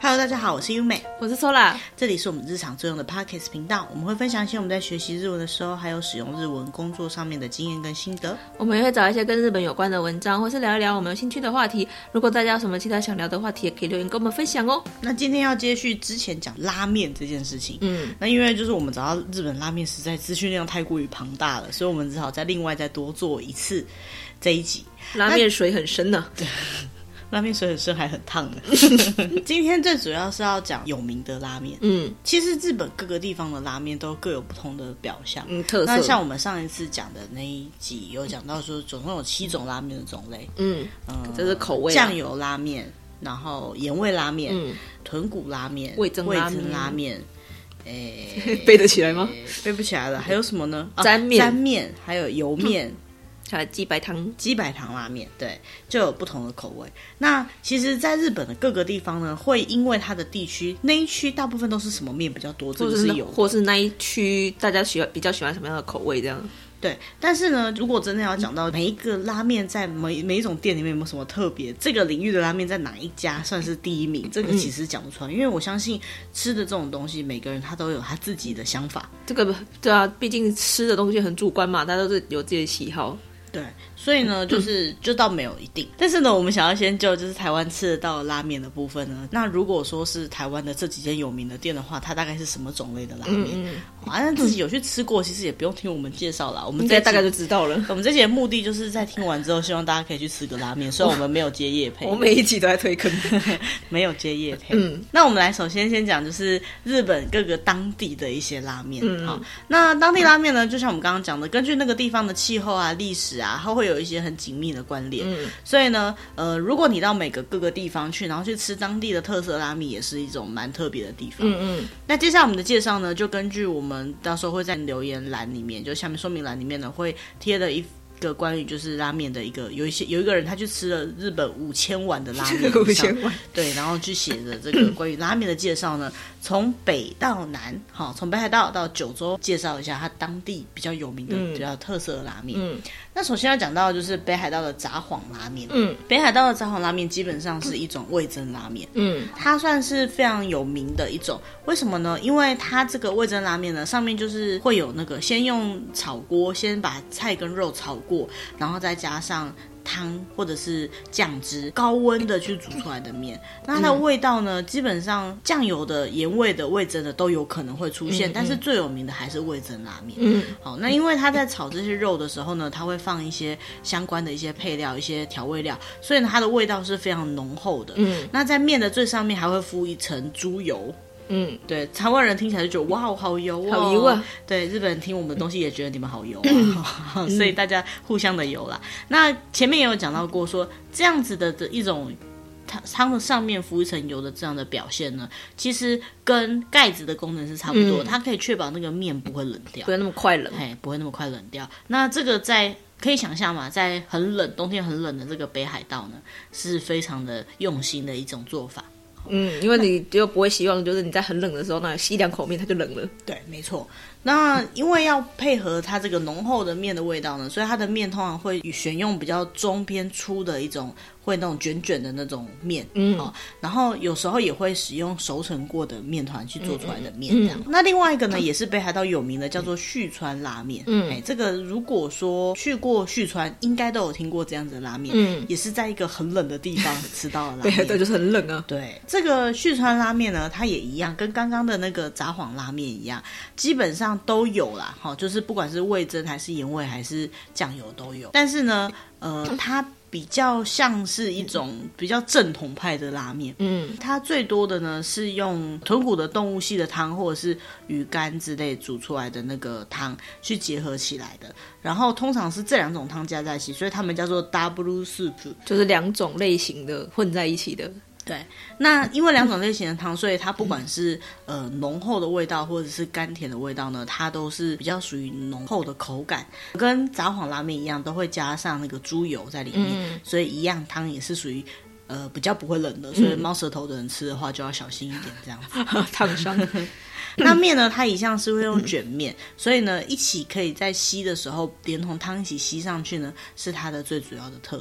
Hello， 大家好，我是优美， 我是 Sola， 这里是我们日常作用的 Podcast 频道，我们会分享一些我们在学习日文的时候，还有使用日文工作上面的经验跟心得。 我们也会找一些跟日本有关的文章，或是聊一聊我们有兴趣的话题。如果大家有什么其他想聊的话题，也可以留言跟我们分享哦。 那今天要接续之前讲拉面这件事情，那因为就是我们找到日本拉面实在资讯量太过于庞大了，所以我们只好再另外再多做一次这一集。 拉面水很深呢， 拉面水很深还很烫的。今天最主要是要讲有名的拉面。其实日本各个地方的拉面都各有不同的表象， 特色。 那像我们上一次讲的那一集有讲到说，总共有7种拉面的种类。 这是口味酱油拉面，然后盐味拉面，豚骨拉面， 味噌拉面。 背得起来吗？ 背不起来了。还有什么呢？ 沾面，还有油面。 还有鸡白汤拉面，对，就有不同的口味。那其实在日本的各个地方呢，会因为它的地区，那一区大部分都是什么面比较多，这个是有的， 或是那一区大家比较喜欢什么样的口味这样。 对，但是呢，如果真的要讲到每一个拉面在每一种店里面有没有什么特别，这个领域的拉面在哪一家算是第一名，这个其实讲不出来，因为我相信吃的这种东西，每个人他都有他自己的想法。 这个对啊，毕竟吃的东西很主观嘛，大家都是有自己的喜好。 对，所以呢，就倒没有一定，但是呢，我们想要先就是台湾吃得到的拉面的部分呢，那如果说是台湾的这几间有名的店的话，它大概是什么种类的拉面？那自己有去吃过，其实也不用听我们介绍啦，我们大概就知道了。 我们这集的目的就是在听完之后，希望大家可以去吃个拉面，虽然我们没有接业配， 我每一集都在推坑， 没有接业配。那我们来首先讲就是日本各个当地的一些拉面。那当地拉面呢，就像我们刚刚讲的，根据那个地方的气候啊、历史啊，它会有一些很紧密的关联。所以呢，如果你到各个地方去，然后去吃当地的特色拉面，也是一种蛮特别的地方。那接下来我们的介绍呢，就根据我们到时候会在留言栏里面，就下面说明栏里面呢，会贴了一个关于就是拉面的有一个人他去吃了日本5000碗的拉面 5000碗， 对，然后去写的这个关于拉面的介绍呢，从北到南，从北海道到九州介绍一下他当地比较有名的、比较特色的拉面。那首先要讲到的就是北海道的札幌拉面。北海道的札幌拉面基本上是一种味噌拉面。它算是非常有名的一种。为什么呢？因为它这个味噌拉面呢，上面就是会有那个先用炒锅先把菜跟肉炒过，然后再加上汤或者是酱汁，高温的去煮出来的面。那它的味道呢，基本上酱油的、盐味的、味噌的都有可能会出现，但是最有名的还是味噌拉面。好，那因为它在炒这些肉的时候呢，它会放一些相关的一些配料、一些调味料，所以呢，它的味道是非常浓厚的。那在面的最上面还会敷一层猪油。对，台湾人听起来就觉得哇，好油哦， 好油啊！对， 日本人听我们的东西也觉得你们好油啊，所以大家互相的油啦。那前面也有讲到过说，这样子的一种汤的上面浮一层油的这样的表现呢，其实跟盖子的功能是差不多，它可以确保那个面不会冷掉， 不会那么快冷， 不会那么快冷掉。那这个可以想象嘛，在很冷冬天很冷的这个北海道呢，是非常的用心的一种做法。 因为你就不会希望就是你在很冷的时候那吸2口面它就冷了。 对，没错。那因为要配合它这个浓厚的面的味道呢，所以它的面通常会选用比较中偏粗的一种，会那种卷卷的那种面。然后有时候也会使用熟成过的面团去做出来的面这样。那另外一个呢，也是北海道有名的，叫做旭川拉面。这个如果说去过旭川，应该都有听过这样子的拉面。也是在一个很冷的地方吃到的拉面。 对，就是很冷啊。 对，这个旭川拉面呢，它也一样，跟刚刚的那个札幌拉面一样，基本上都有啦，就是不管是味噌还是盐味还是酱油都有。但是呢，它比较像是一种比较正统派的拉面。它最多的呢是用豚骨的动物系的汤或者是鱼干之类煮出来的那个汤去结合起来的。然后通常是这2种汤加在一起，所以他们叫做 double soup， 就是2种类型的混在一起的。 对，那因为2种类型的汤，所以它不管是浓厚的味道或者是甘甜的味道呢，它都是比较属于浓厚的口感，跟札幌拉面一样，都会加上那个猪油在里面，所以一样汤也是属于比较不会冷的，所以猫舌头的人吃的话就要小心一点这样子， 烫伤。 那面呢，它一向是会用卷面，所以呢，一起可以在吸的时候连同汤一起吸上去呢，是它的最主要的特色。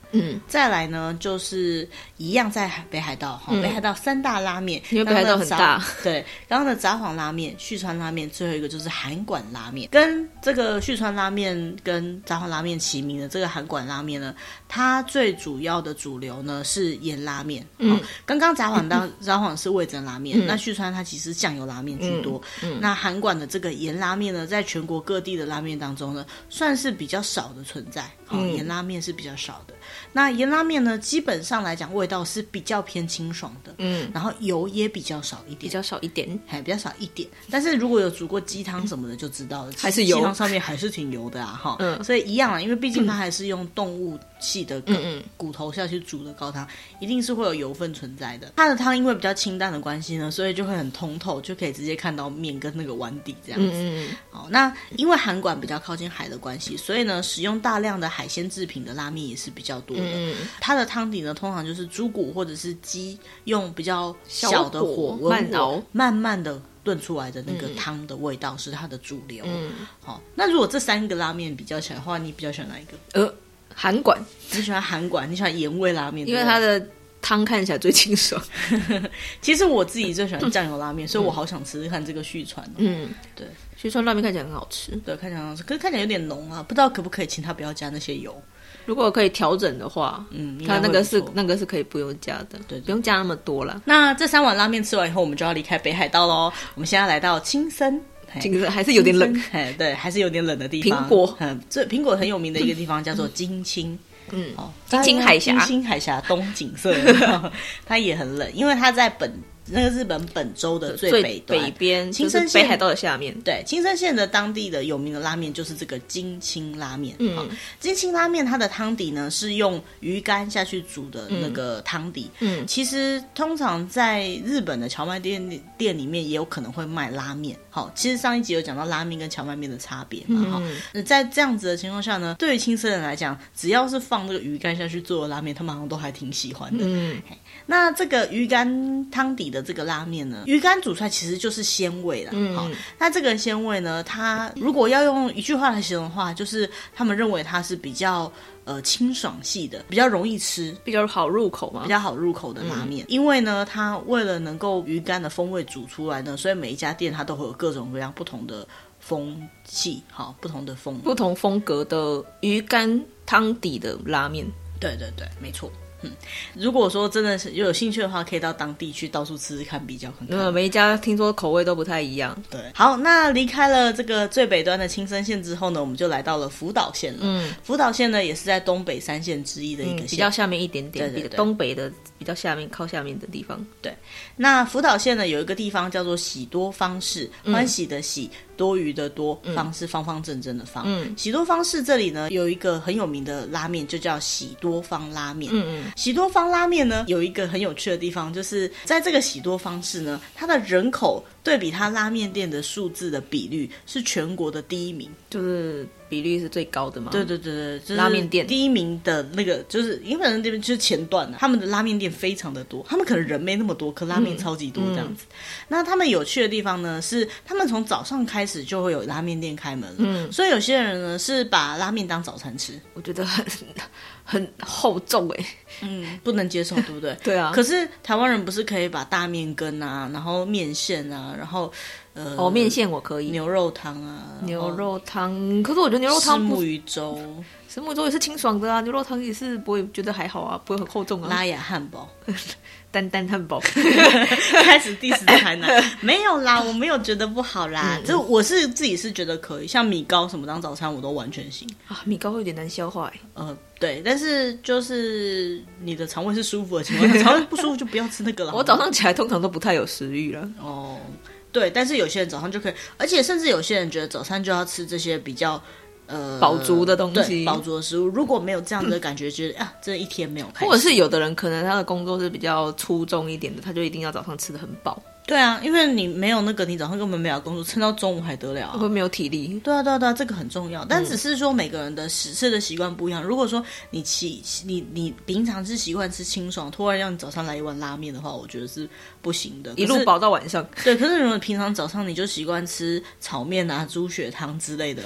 再来呢就是一样在北海道北海道3大拉面， 因为北海道很大， 对，刚刚的札幌拉面、旭川拉面，最后一个就是函馆拉面。跟这个旭川拉面跟札幌拉面齐名的这个函馆拉面呢，它最主要的主流呢是盐拉面。刚刚札幌是味噌拉面，那旭川它其实酱油拉面居多。那函馆的这个盐拉面呢，在全国各地的拉面当中呢，算是比较少的存在。盐拉面是比较少的。那盐拉面呢，基本上来讲味道是比较偏清爽的，然后油也比较少一点， 比较少一点， 比较少一点。但是如果有煮过鸡汤什么的就知道了， 还是油， 鸡汤上面还是挺油的啊，所以一样啊，因为毕竟它还是用动物系的骨头下去煮的高汤，一定是会有油分存在的。它的汤因为比较清淡的关系呢，所以就会很通透，就可以直接看到面跟那个碗底这样子。好，那因为函馆比较靠近海的关系，所以呢，使用大量的海鲜制品的拉面也是比较多的。它的汤底呢，通常就是猪骨或者是鸡，用比较小的火文火慢慢的炖出来的那个汤的味道是它的主流。好，那如果这3个拉面比较起来的话，你比较喜欢哪一个？ 函馆。 你喜欢函馆，你喜欢盐味拉面， 因为它的汤看起来最清爽。 其实我自己最喜欢酱油拉面，所以我好想吃吃看这个旭川。对， 旭川拉面看起来很好吃。 对，看起来很好吃，可是看起来有点浓啊，不知道可不可以请他不要加那些油。 如果可以调整的话，它那个是可以不用加的，对，不用加那么多啦。 那这3碗拉面吃完以后，我们就要离开北海道咯。我们现在来到青森。 还是有点冷， 对，还是有点冷的地方。苹果很有名的一个地方叫做金青。 金青海峡， 金青海峡东景色，它也很冷，因为它在那个日本本州的最北边， 青森北海道的下面。 对，青森县的当地的有名的拉面就是这个金青拉面。金青拉面它的汤底呢是用鱼干下去煮的那个汤底。其实通常在日本的荞麦店里面也有可能会卖拉面。其实上一集有讲到拉面跟荞麦面的差别嘛。在这样子的情况下呢，对于青森人来讲，只要是放这个鱼干下去做的拉面，他们好像都还挺喜欢的。那这个鱼干汤底的这个拉面呢，鱼干煮出来其实就是鲜味啦。那这个鲜味呢，它如果要用一句话来形容的话，就是他们认为它是比较清爽系的，比较容易吃， 比较好入口嘛， 比较好入口的拉面。因为呢，它为了能够鱼干的风味煮出来呢，所以每一家店它都会有各种各样不同的风气，不同风格的鱼干汤底的拉面。 对对对，没错。如果说真的是有兴趣的话，可以到当地去到处吃吃看，比较看看。 每一家听说口味都不太一样。 对，好，那离开了这个最北端的青森县之后呢，我们就来到了福岛县了。福岛县呢也是在东北3县之一的一个县， 比较下面一点点， 对对对， 东北的比较下面靠下面的地方。 对，那福岛县呢有一个地方叫做喜多方市，欢喜的喜，多余的多，方是方方正正的方。喜多方市这里呢有一个很有名的拉面，就叫喜多方拉面。喜多方拉面呢有一个很有趣的地方，就是在这个喜多方市呢，它的人口对比它拉面店的数字的比率是全国的第1名， 就是比例是最高的嘛。 对对对对，就是拉面店第1名的那个，就是因为那边就是前段他们的拉面店非常的多，他们可能人没那么多，可拉面超级多这样子。那他们有趣的地方呢，是他们从早上开始就会有拉面店开门了。所以有些人呢是把拉面当早餐吃， 我觉得很厚重不能接受，对不对？ 对啊。 可是台湾人不是可以把大面羹啊，然后面线啊，然后面线我可以， 牛肉汤啊， 牛肉汤。可是我觉得牛肉汤虱目鱼粥， 虱目鱼粥也是清爽的啊，牛肉汤也是不会觉得还好啊，不会很厚重啊。 拉雅汉堡。 丹丹汉堡开始第10台南没有啦，我没有觉得不好啦，这我是自己是觉得可以，像米糕什么当早餐我都完全行啊。米糕会有点难消化对，但是就是你的肠胃是舒服的情况下，肠胃不舒服就不要吃那个了。 我早上起来通常都不太有食欲了。 对，但是有些人早上就可以，而且甚至有些人觉得早餐就要吃这些比较饱足的东西， 饱足的食物。如果没有这样的感觉，觉得这一天没有开心， 或者是有的人可能他的工作是比较粗重一点的，他就一定要早上吃得很饱。 对啊，因为你没有那个，你早上根本没有工作，撑到中午还得了会没有体力。 对啊，对啊，对啊，这个很重要。但只是说每个人的吃的习惯不一样。如果说你平常是习惯吃清爽，突然让你早上来一碗拉面的话，我觉得是不行的， 一路饱到晚上。 对，可是如果平常早上你就习惯吃炒面啊、猪血汤之类的，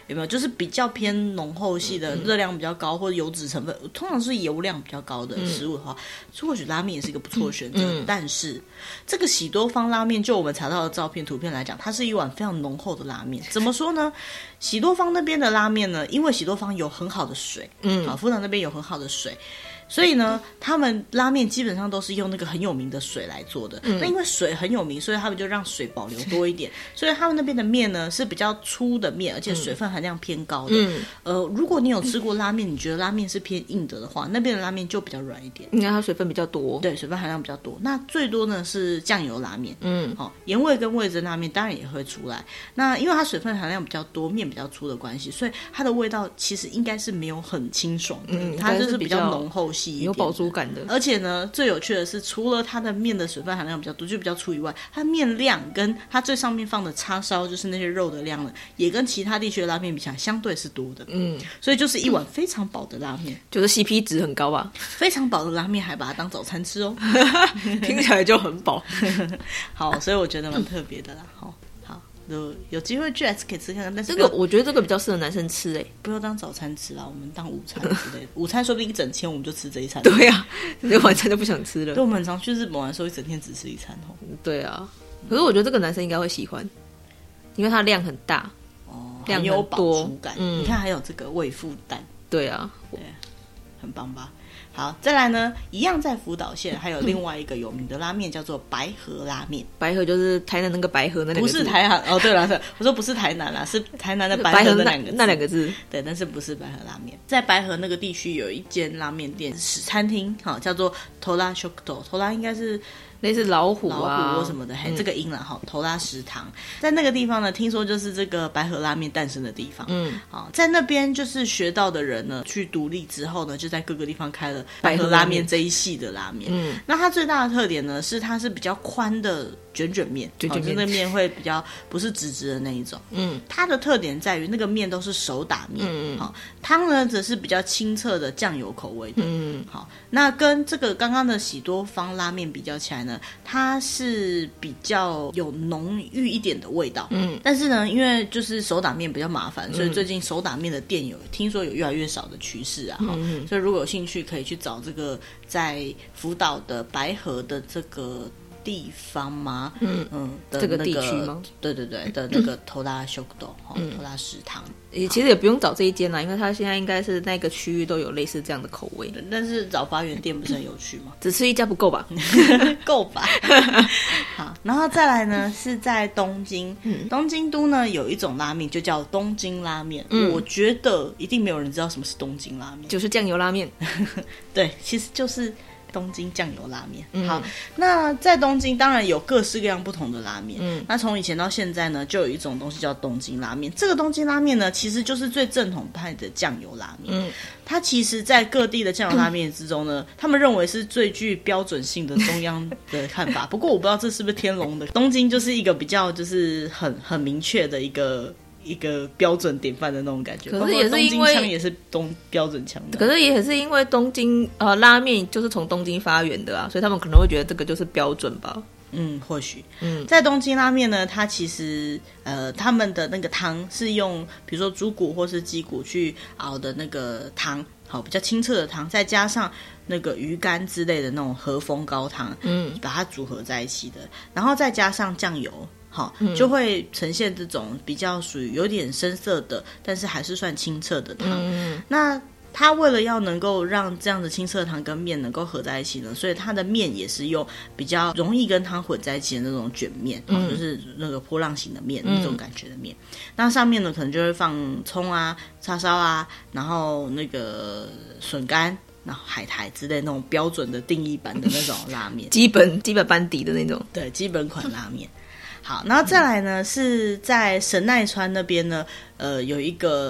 有没有？就是比较偏浓厚系的，热量比较高或者油脂成分，通常是油量比较高的食物的话，所以或许拉面也是一个不错的选择。但是这个喜多方拉面，就我们查到的照片图片来讲，它是一碗非常浓厚的拉面。怎么说呢？喜多方那边的拉面呢，因为喜多方有很好的水，福岛那边有很好的水。所以呢，他们拉面基本上都是用那个很有名的水来做的。那因为水很有名，所以他们就让水保留多一点。所以他们那边的面呢是比较粗的面，而且水分含量偏高的。如果你有吃过拉面，你觉得拉面是偏硬的话，那边的拉面就比较软一点。 应该它水分比较多。 对，水分含量比较多。那最多呢是酱油拉面。盐味跟味噌拉面当然也会出来。那因为它水分含量比较多，面比较粗的关系，所以它的味道其实应该是没有很清爽的。它就是比较浓厚。 有饱足感的。 而且呢，最有趣的是，除了它的面的水分含量比较多，就比较粗以外，它面量跟它最上面放的叉烧，就是那些肉的量呢，也跟其他地区的拉面比起来相对是多的。所以就是一碗非常饱的拉面， 就是 CP 值很高吧。 非常饱的拉面还把它当早餐吃哦。 听起来就很饱。 好，所以我觉得蛮特别的啦。有机会去还是可以吃看看，但是我觉得这个比较适合男生吃。 不要当早餐吃啦，我们当午餐之类的。午餐说不定一整天我们就吃这一餐。 对啊，晚餐就不想吃了。 对，我们很常去日本玩的时候一整天只吃一餐。 对啊，可是我觉得这个男生应该会喜欢，因为它量很大，量很有饱足感。 你看还有这个胃腹蛋。 对啊， 对，很棒吧。好，再来呢，一样在福岛县还有另外一个有名的拉面叫做白河拉面。 白河就是台南那个白河那两个字。 不是台南哦，对了，我说不是台南啦，是台南的白河那两个字。对，但是不是白河拉面。在白河那个地区有一间拉面店餐厅，叫做 Tora Shokudo，Tora 应该是类似老虎或什么的，这个音啦，头拉食堂，在那个地方呢，听说就是这个白河拉面诞生的地方。在那边就是学到的人呢，去独立之后呢，就在各个地方开了白河拉面这一系的拉面。那它最大的特点呢，是它是比较宽的卷面，就是那面会比较不是直直的那一种。它的特点在于那个面都是手打面。汤呢则是比较清澈的酱油口味的。好，那跟这个刚刚的喜多方拉面比较起来呢，它是比较有浓郁一点的味道。但是呢，因为就是手打面比较麻烦，所以最近手打面的店听说有越来越少的趋势啊。所以如果有兴趣，可以去找这个在福岛的白河的这个地方吗？的这个地区吗？ 对的那个头拉修斗头拉食堂。 其实也不用找这一间啦，因为它现在应该是那个区域都有类似这样的口味。 但是找发源店不是很有趣吗？ 只吃一家不够吧？ 够吧。好，然后再来呢，是在东京。东京都呢有一种拉面就叫东京拉面。我觉得一定没有人知道什么是东京拉面， 就是酱油拉面。 对，其实就是东京酱油拉面。好，那在东京当然有各式各样不同的拉面。那从以前到现在呢，就有一种东西叫东京拉面。这个东京拉面呢，其实就是最正统派的酱油拉面。它其实在各地的酱油拉面之中呢，他们认为是最具标准性的中央的看法。不过我不知道这是不是天龙的，东京就是一个比较就是很明确的一个标准典范的那种感觉。 可是也是因为东京腔也是标准腔的。 可是也是因为东京拉面就是从东京发源的啊，所以他们可能会觉得这个就是标准吧。 或许。在东京拉面呢，它其实他们的那个汤是用比如说猪骨或是鸡骨去熬的那个汤，好，比较清澈的汤，再加上那个鱼干之类的那种和风高汤，把它组合在一起的，然后再加上酱油。就会呈现这种比较属于有点深色的，但是还是算清澈的汤。那它为了要能够让这样的清澈汤跟面能够合在一起呢，所以它的面也是用比较容易跟汤混在一起的那种卷面，就是那个波浪形的面，那种感觉的面。那上面呢可能就会放葱啊、叉烧啊，然后那个笋干，然后海苔之类那种标准的定义版的那种拉面， 基本班底的那种。 对，基本款拉面。好，然后再来呢，是在神奈川那边呢，有一个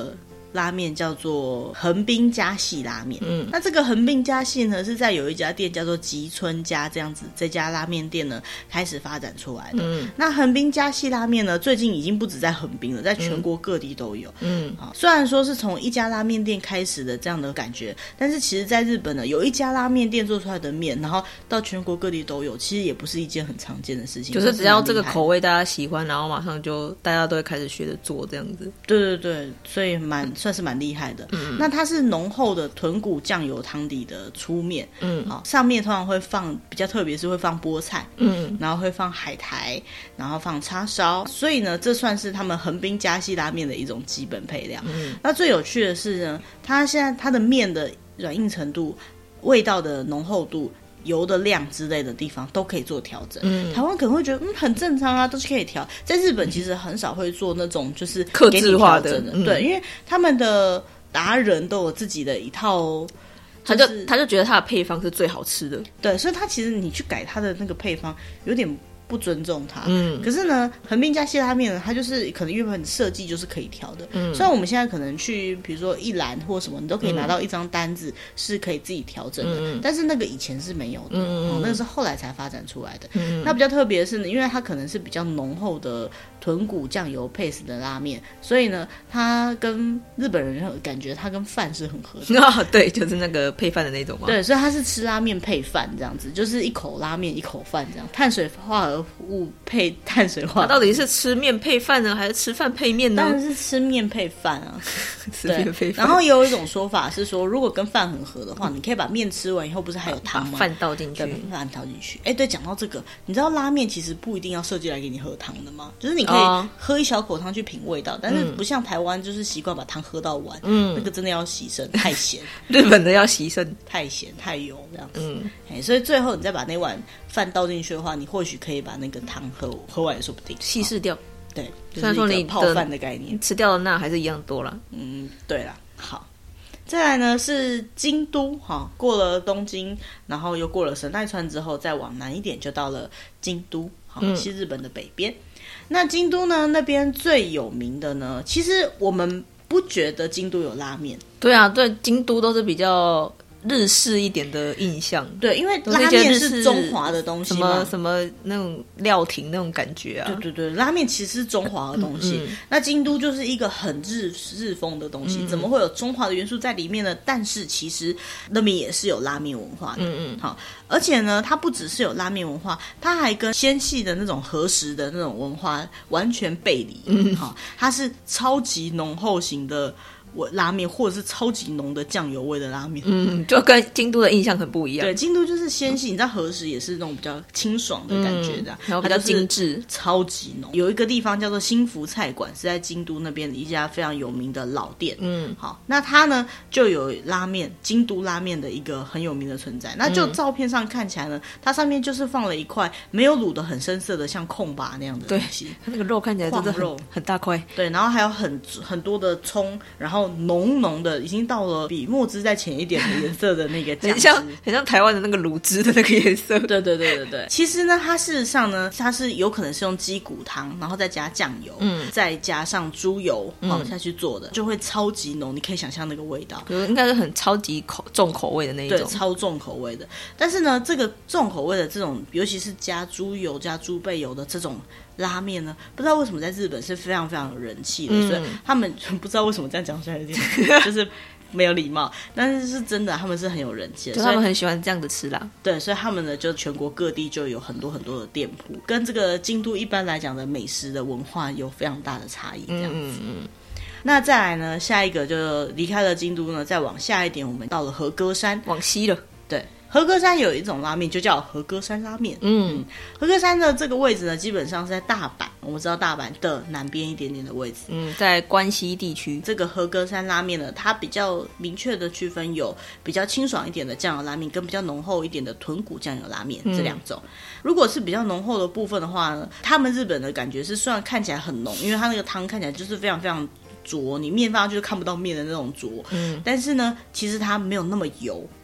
拉面叫做横滨家系拉面。那这个横滨家系呢，是在有一家店叫做吉村家这样子，这家拉面店呢开始发展出来的。那横滨家系拉面呢，最近已经不止在横滨了，在全国各地都有。虽然说是从一家拉面店开始的这样的感觉，但是其实在日本呢，有一家拉面店做出来的面，然后到全国各地都有，其实也不是一件很常见的事情。 就是只要这个口味大家喜欢，然后马上就大家都会开始学着做这样子。 对对对，所以算是蛮厉害的。那它是浓厚的豚骨酱油汤底的粗面。上面通常会放比较特别是会放菠菜。然后会放海苔，然后放叉烧，所以呢，这算是他们横滨家系拉面的一种基本配料。那最有趣的是呢，它现在它的面的软硬程度、味道的浓厚度、油的量之类的地方都可以做调整。台湾可能会觉得很正常啊，都是可以调。在日本其实很少会做那种就是客制化的， 对，因为他们的达人都有自己的一套。 他就觉得他的配方是最好吃的， 对，所以他其实你去改他的那个配方有点不尊重他。可是呢，横滨家系拉面呢，它就是可能原本设计就是可以调的。虽然我们现在可能去比如说一兰或什么，你都可以拿到一张单子是可以自己调整的。但是那个以前是没有的。那个是后来才发展出来的。那比较特别的是呢，因为它可能是比较浓厚的豚骨酱油配死的拉面，所以呢，它跟日本人感觉它跟饭是很合的。 对，就是那个配饭的那种嘛。 对，所以它是吃拉面配饭这样子，就是一口拉面一口饭这样，碳水化合物配碳水化合物。 它到底是吃面配饭呢，还是吃饭配面呢？ 当然是吃面配饭啊。 吃面配饭。 然后有一种说法是说，如果跟饭很合的话，你可以把面吃完以后，不是还有汤吗？ 把饭倒进去， 饭倒进去。对，讲到这个，你知道拉面其实不一定要设计来给你喝汤的吗？就是你可以喝一小口汤去品味道，但是不像台湾就是习惯把汤喝到完。那个真的要洗肾，太咸。 日本的要洗肾， 太咸太油这样子。所以最后你再把那碗饭倒进去的话，你或许可以把那个汤喝完也说不定， 稀释掉。 对， 虽然说你泡饭的概念， 吃掉的钠还是一样多啦。 对啦。好，再来呢是京都。过了东京，然后又过了神奈川之后，再往南一点就到了京都。是日本的北边。那京都呢，那边最有名的呢，其实我们不觉得京都有拉面。 对啊，对，京都都是比较日式一点的印象。 对，因为拉面是中华的东西嘛， 什么那种料亭那种感觉啊。 对，拉面其实是中华的东西。那京都就是一个很日风的东西，怎么会有中华的元素在里面呢？但是其实那边也是有拉面文化的。好，而且呢，它不只是有拉面文化，它还跟纤细的那种和食的那种文化完全背离。它是超级浓厚型的拉面，或者是超级浓的酱油味的拉面。 就跟京都的印象很不一样。 对，京都就是纤细，你知道和食也是那种比较清爽的感觉的， 然后比较精致， 超级浓。有一个地方叫做新福菜馆，是在京都那边的一家非常有名的老店。好，那它呢就有拉面，京都拉面的一个很有名的存在。那就照片上看起来呢，它上面就是放了一块没有卤的很深色的像控把那样的东西。 它那个肉看起来真的很大块。 对，然后还有很多的葱，然后浓浓的，已经到了比墨汁再浅一点的颜色的那个酱汁， 很像台湾的那个卤汁的那个颜色。 对。其实呢，它事实上呢，它是有可能是用鸡骨汤，然后再加酱油，再加上猪油下去做的，就会超级浓。你可以想象那个味道， 应该是很超级重口味的那一种， 对，超重口味的。但是呢，这个重口味的这种，尤其是加猪油、加猪背油的这种拉面呢，不知道为什么在日本是非常非常有人气的。所以他们不知道为什么这样讲出来有点就是没有礼貌，但是是真的，他们是很有人气的， 就他们很喜欢这样子吃啦。 对，所以他们呢，就全国各地就有很多很多的店铺，跟这个京都一般来讲的美食的文化有非常大的差异。这样子。那再来呢，下一个就离开了京都呢，再往下一点，我们到了和歌山， 往西了。 对。和歌山有一种拉面就叫和歌山拉面。和歌山的这个位置呢，基本上是在大阪，我们知道大阪的南边一点点的位置。 在关西地区。 这个和歌山拉面呢，它比较明确的区分有比较清爽一点的酱油拉面跟比较浓厚一点的豚骨酱油拉面这两种。如果是比较浓厚的部分的话呢，他们日本的感觉是虽然看起来很浓，因为它那个汤看起来就是非常非常浊，你面放上去就看不到面的那种浊。但是呢，其实它没有那么油。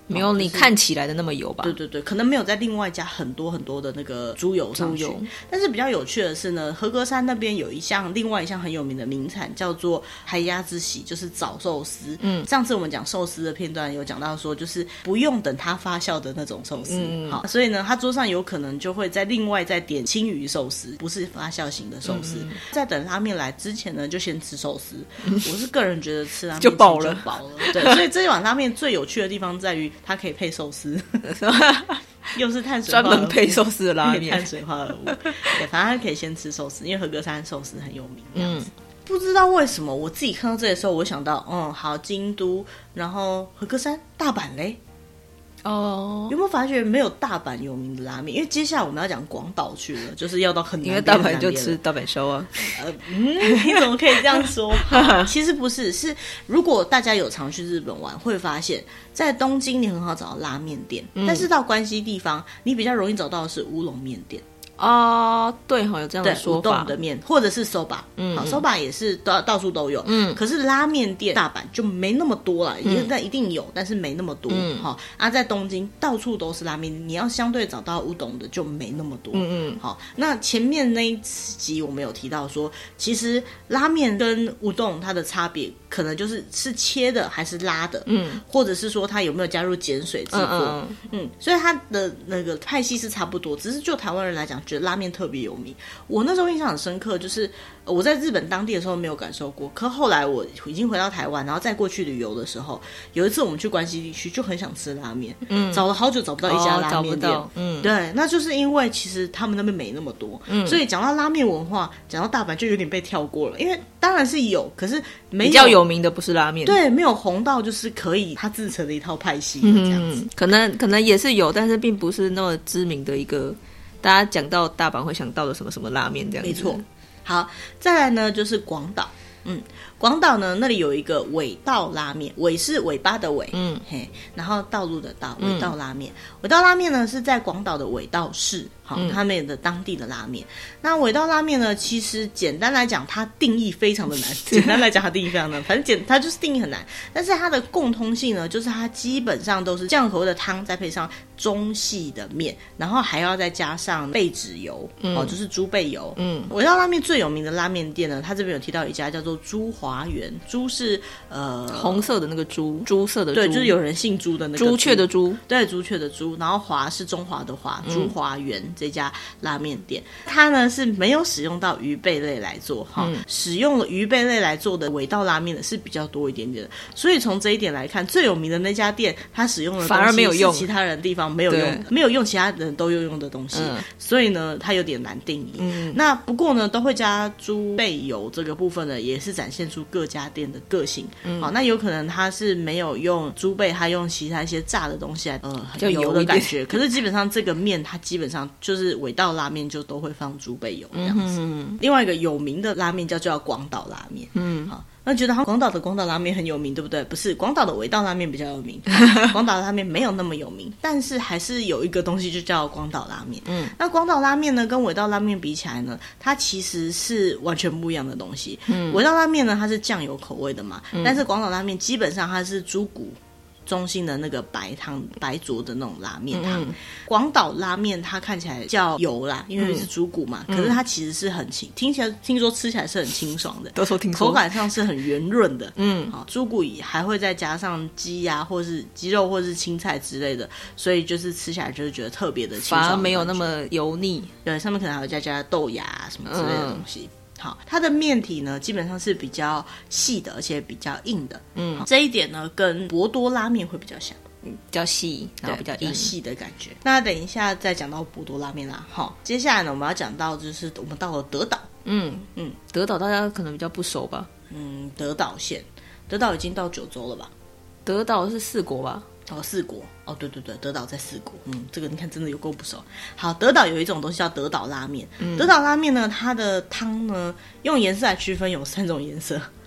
没有你看起来的那么油吧？ 对对对，可能没有再另外加很多很多的那个猪油上去。但是比较有趣的是呢，和歌山那边有另外一项很有名的名产叫做海鸭之喜，就是早寿司。上次我们讲寿司的片段有讲到说，就是不用等它发酵的那种寿司。好，所以呢，他桌上有可能就会另外再点青鱼寿司，不是发酵型的寿司。在等拉面来之前呢，就先吃寿司。我是个人觉得吃拉面就饱了。 对，所以这一碗拉面最有趣的地方在于它可以配寿司。又是碳水化合物， 专门配寿司的拉面， 碳水化合物。对，反正可以先吃寿司，因为和歌山寿司很有名。这样子，不知道为什么我自己看到这里的时候，我想到，好，京都，然后和歌山，大阪嘞。有没有发觉没有大阪有名的拉面？因为接下来我们要讲广岛去了，就是要到很南边， 因为大阪就吃大阪烧啊。 你怎么可以这样说？其实不是，是如果大家有常去日本玩，会发现，在东京你很好找到拉面店，但是到关西地方，你比较容易找到的是乌龙面店。 对有这样的说法， 乌冬的面或者是 soba，好 soba 也是到处都有，可是拉面店大阪就没那么多了，但一定有，但是没那么多，在东京到处都是拉面，你要相对找到乌冬的就没那么多，好，那前面那一集我们有提到说，其实拉面跟乌冬它的差别可能就是切的还是拉的，或者是说它有没有加入碱水制作，所以它的那个派系是差不多，只是就台湾人来讲，觉得拉面特别有名。我那时候印象很深刻，就是我在日本当地的时候没有感受过，可后来我已经回到台湾，然后再过去旅游的时候，有一次我们去关西地区就很想吃拉面，找了好久找不到一家拉面店，对，那就是因为其实他们那边没那么多，所以讲到拉面文化，讲到大阪就有点被跳过了，因为当然是有，可是没有比较有名的不是拉面， 对，没有红到就是可以它自成的一套派系这样子， 可能也是有，但是并不是那么知名的一个。大家讲到大阪会想到的什么什么拉面这样子， 没错。好，再来呢就是广岛，广岛呢那里有一个尾道拉面，尾是尾巴的尾，然后道路的道，尾道拉面。尾道拉面呢是在广岛的尾道市，他们的当地的拉面。那尾道拉面呢，其实简单来讲，它定义非常的难。简单来讲，它定义非常难，反正它就是定义很难。但是它的共通性呢，就是它基本上都是酱口味的汤，再配上中细的面，然后还要再加上贝脂油，就是猪背油。尾道拉面最有名的拉面店呢，它这边有提到一家叫做猪华园，猪是红色的那个猪，猪色的猪， 对，就是有人姓朱的那个朱雀的朱， 对，朱雀的朱，然后华是中华的华，猪华园这家拉面店，它呢是没有使用到鱼贝类来做，使用了鱼贝类来做的尾道拉面的是比较多一点点的，所以从这一点来看，最有名的那家店，它使用的反而没有用， 其他人地方没有用，没有用其他人都有用的东西，所以呢，它有点难定义。那不过呢，都会加猪背油这个部分呢，也是展现出各家店的个性。好，那有可能它是没有用猪背，它用其他一些炸的东西来，很油的感觉。可是基本上这个面，它基本上就是尾道拉面就都会放猪背油这样子。另外一个有名的拉面叫广岛拉面。好。那觉得广岛的广岛拉面很有名，对不对？不是，广岛的尾道拉面比较有名，广岛拉面没有那么有名，但是还是有一个东西就叫广岛拉面。那广岛拉面呢，跟尾道拉面比起来呢，它其实是完全不一样的东西。尾道拉面呢，它是酱油口味的嘛，但是广岛拉面基本上它是猪骨中心的那个白汤白灼的那种拉面汤。广岛拉面它看起来叫油啦，因为是猪骨嘛，可是它其实是很清，听说吃起来是很清爽的， 都说听说口感上是很圆润的。好，猪骨还会再加上鸡啊，或是鸡肉，或是青菜之类的，所以就是吃起来就是觉得特别的清爽， 反而没有那么油腻。 对，上面可能还会加豆芽什么之类的东西。好，它的面体呢基本上是比较细的，而且比较硬的。这一点呢跟博多拉面会比较像， 比较细，然后比较硬， 比较细的感觉。那等一下再讲到博多拉面啦。好，接下来呢我们要讲到就是我们到了德岛。 德岛大家可能比较不熟吧。 德岛县，德岛已经到九州了吧？ 德岛是四国吧？ 四国哦，对对对，德岛在四国。这个你看真的有够不熟。好，德岛有一种东西叫德岛拉面。德岛拉面呢，它的汤呢用颜色来区分有3种颜色，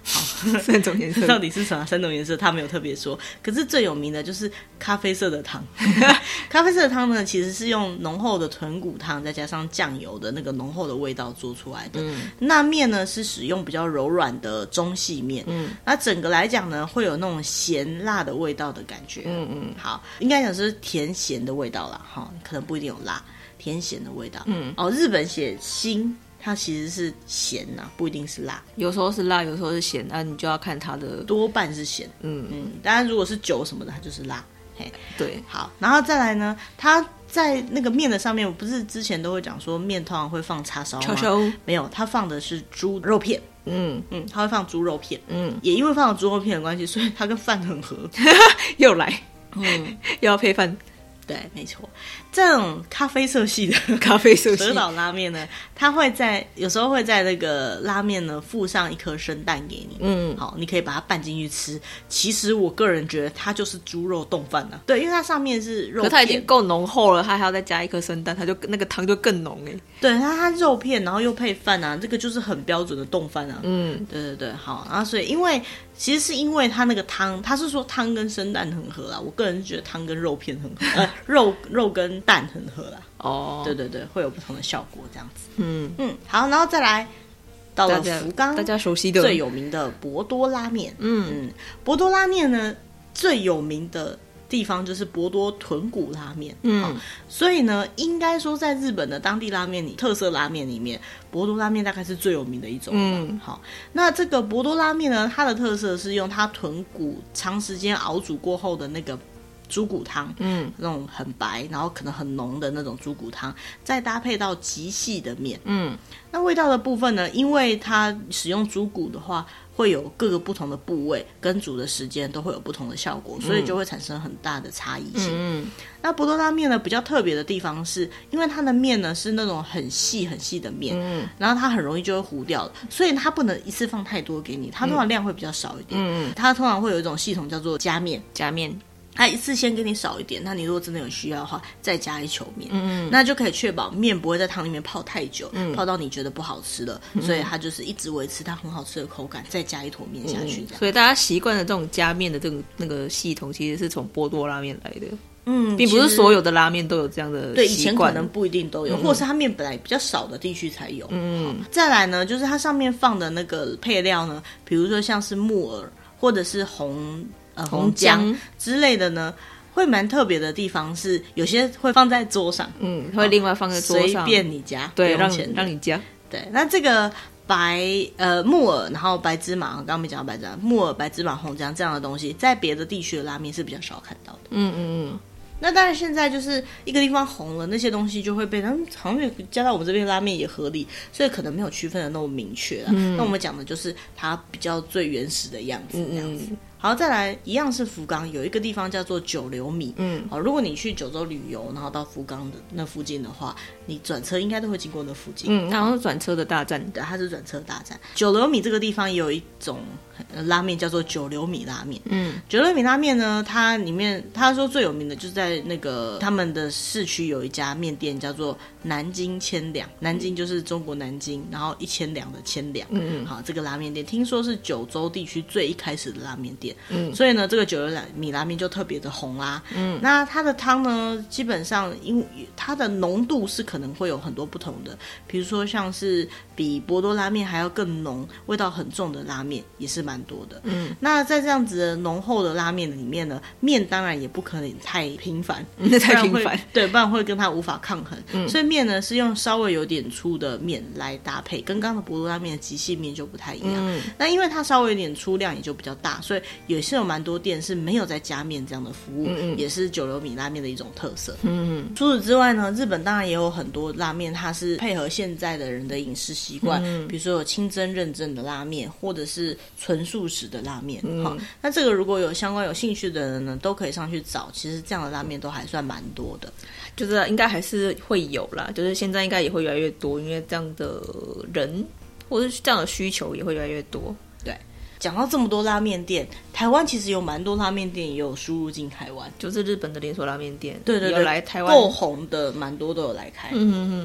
3种颜色到底是什么3种颜色他没有特别说，可是最有名的就是咖啡色的汤咖啡色的汤呢其实是用浓厚的豚骨汤再加上酱油的那个浓厚的味道做出来的。那面呢是使用比较柔软的中细面，那整个来讲呢会有那种咸辣的味道的感觉。好，应该讲是甜咸的味道啦，可能不一定有辣，甜咸的味道。日本写辛，它其实是咸啊，不一定是辣， 有时候是辣，有时候是咸，你就要看它的， 多半是咸。当然如果是酒什么的它就是辣。 对， 好，然后再来呢，它在那个面的上面，我不是之前都会讲说面通常会放叉烧吗？没有，它放的是猪肉片。它会放猪肉片。也因为放了猪肉片的关系，所以它跟饭很合。 又来，又要配饭。 对，没错，这种咖啡色系的咖啡色系德岛拉面呢，它会有时候会在那个拉面呢附上一颗生蛋给你。好，你可以把它拌进去吃。其实我个人觉得它就是猪肉冻饭啊。对，因为它上面是肉片， 可它已经够浓厚了，它还要再加一颗生蛋，它就那个汤就更浓哎。 对，它肉片，然后又配饭啊，这个就是很标准的冻饭啊。对，好，然后所以其实是因为它那个汤，它是说汤跟生蛋很合啦，我个人是觉得汤跟肉片很合，肉跟蛋很合啦。对，会有不同的效果这样子。好，然后再来到了福冈， 大家熟悉的最有名的博多拉面。博多拉面呢最有名的地方就是博多豚骨拉面。所以呢应该说在日本的当地拉面特色拉面里面，博多拉面大概是最有名的一种。好，那这个博多拉面呢，它的特色是用它豚骨长时间熬煮过后的那个猪骨汤，那种很白然后可能很浓的那种猪骨汤，再搭配到极细的面。那味道的部分呢，因为它使用猪骨的话会有各个不同的部位跟煮的时间都会有不同的效果，所以就会产生很大的差异性。那博多拉面呢比较特别的地方是因为它的面呢是那种很细很细的面，然后它很容易就会糊掉了，所以它不能一次放太多给你，它通常量会比较少一点。它通常会有一种系统叫做加面，它一次先给你少一点，那你如果真的有需要的话再加一球面。那就可以确保面不会在汤里面泡太久，泡到你觉得不好吃了。所以它就是一直维持它很好吃的口感，再加一坨面下去。 所以大家习惯的这种加面的那个系统其实是从波多拉面来的。并不是所有的拉面都有这样的习惯。 对，以前可能不一定都有，或者是它面本来比较少的地区才有。再来呢就是它上面放的那个配料呢，比如说像是木耳或者是红姜之类的呢，会蛮特别的地方是有些会放在桌上。 会另外放在桌上， 随便你加， 对，让你加。 对，那这个木耳，然后白芝麻，刚刚没讲到白芝麻，木耳、白芝麻、红姜这样的东西，在别的地区的拉面是比较少看到的。那当然现在就是一个地方红了，那些东西就会被好像加到我们这边拉面也合理，所以可能没有区分的那么明确啦。那我们讲的就是它比较最原始的样子，这样子。好，再来一样是福冈有一个地方叫做九流米。好，如果你去九州旅游，然后到福冈的那附近的话，你转车应该都会经过那附近。 然后是转车的大站。 对，它是转车大站。九流米这个地方也有一种拉面叫做九流米拉面。九流米拉面呢，它里面他说最有名的就是在那个他们的市区有一家面店叫做南京千两，南京就是中国南京，然后1000两的千两。好，这个拉面店听说是九州地区最一开始的拉面店。所以呢这个九流米拉面就特别的红啦。那它的汤呢基本上因为它的浓度是可能会有很多不同的，比如说像是比博多拉面还要更浓味道很重的拉面也是蛮多的。那在这样子的浓厚的拉面里面呢，面当然也不可能太频繁， 太频繁， 对，不然会跟它无法抗衡。所以面呢是用稍微有点粗的面来搭配，跟刚刚的博多拉面的极细面就不太一样。那因为它稍微有点粗，量也就比较大，所以也是有蛮多店是没有在加面这样的服务，也是九流米拉面的一种特色。除此之外呢，日本当然也有很多拉面，它是配合现在的人的饮食习惯，比如说有清真认证的拉面，或者是纯素食的拉面。那这个如果有相关有兴趣的人呢，都可以上去找，其实这样的拉面都还算蛮多的。 就是应该还是会有啦，就是现在应该也会越来越多，因为这样的人或者是这样的需求也会越来越多。 对，讲到这么多拉面店，台湾其实有蛮多拉面店也有输入进台湾， 就是日本的连锁拉面店， 对， 有来台湾够红的蛮多都有来开。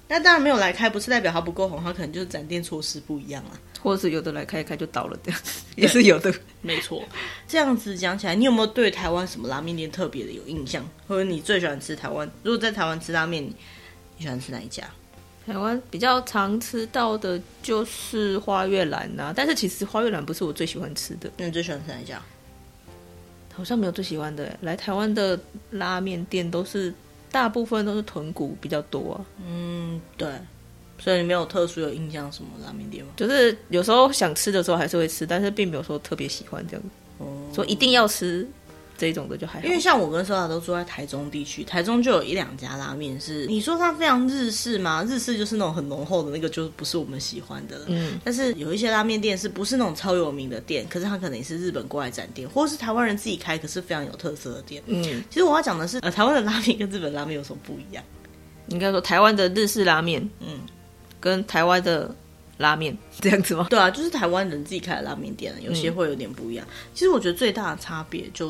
那当然没有来开不是代表它不够红，它可能就是展店措施不一样啊， 或者是有的来开一开就倒了，这样也是有的。 没错。这样子讲起来，你有没有对台湾什么拉面店特别的有印象，或者你最喜欢吃台湾？如果在台湾吃拉面，你喜欢吃哪一家？ 台湾比较常吃到的就是花月兰啊，但是其实花月兰不是我最喜欢吃的。 那你最喜欢吃哪一家？ 好像没有最喜欢的。来台湾的拉面店大部分都是豚骨比较多啊。 对。所以你没有特殊有印象什么拉面店吗？ 就是有时候想吃的时候还是会吃，但是并没有说特别喜欢这样子。说一定要吃这种的就还好。 因为像我跟Soda都住在台中地区，台中就有1-2家拉面是，你说它非常日式吗？日式就是那种很浓厚的那个，就不是我们喜欢的了。但是有一些拉面店是不是那种超有名的店，可是它可能也是日本过来展店，或是台湾人自己开，可是非常有特色的店。其实我要讲的是，台湾的拉面跟日本拉面有什么不一样？ 应该说台湾的日式拉面，跟台湾的拉面这样子吗？ 对啊，就是台湾人自己开的拉面店，有些会有点不一样。其实我觉得最大的差别就是，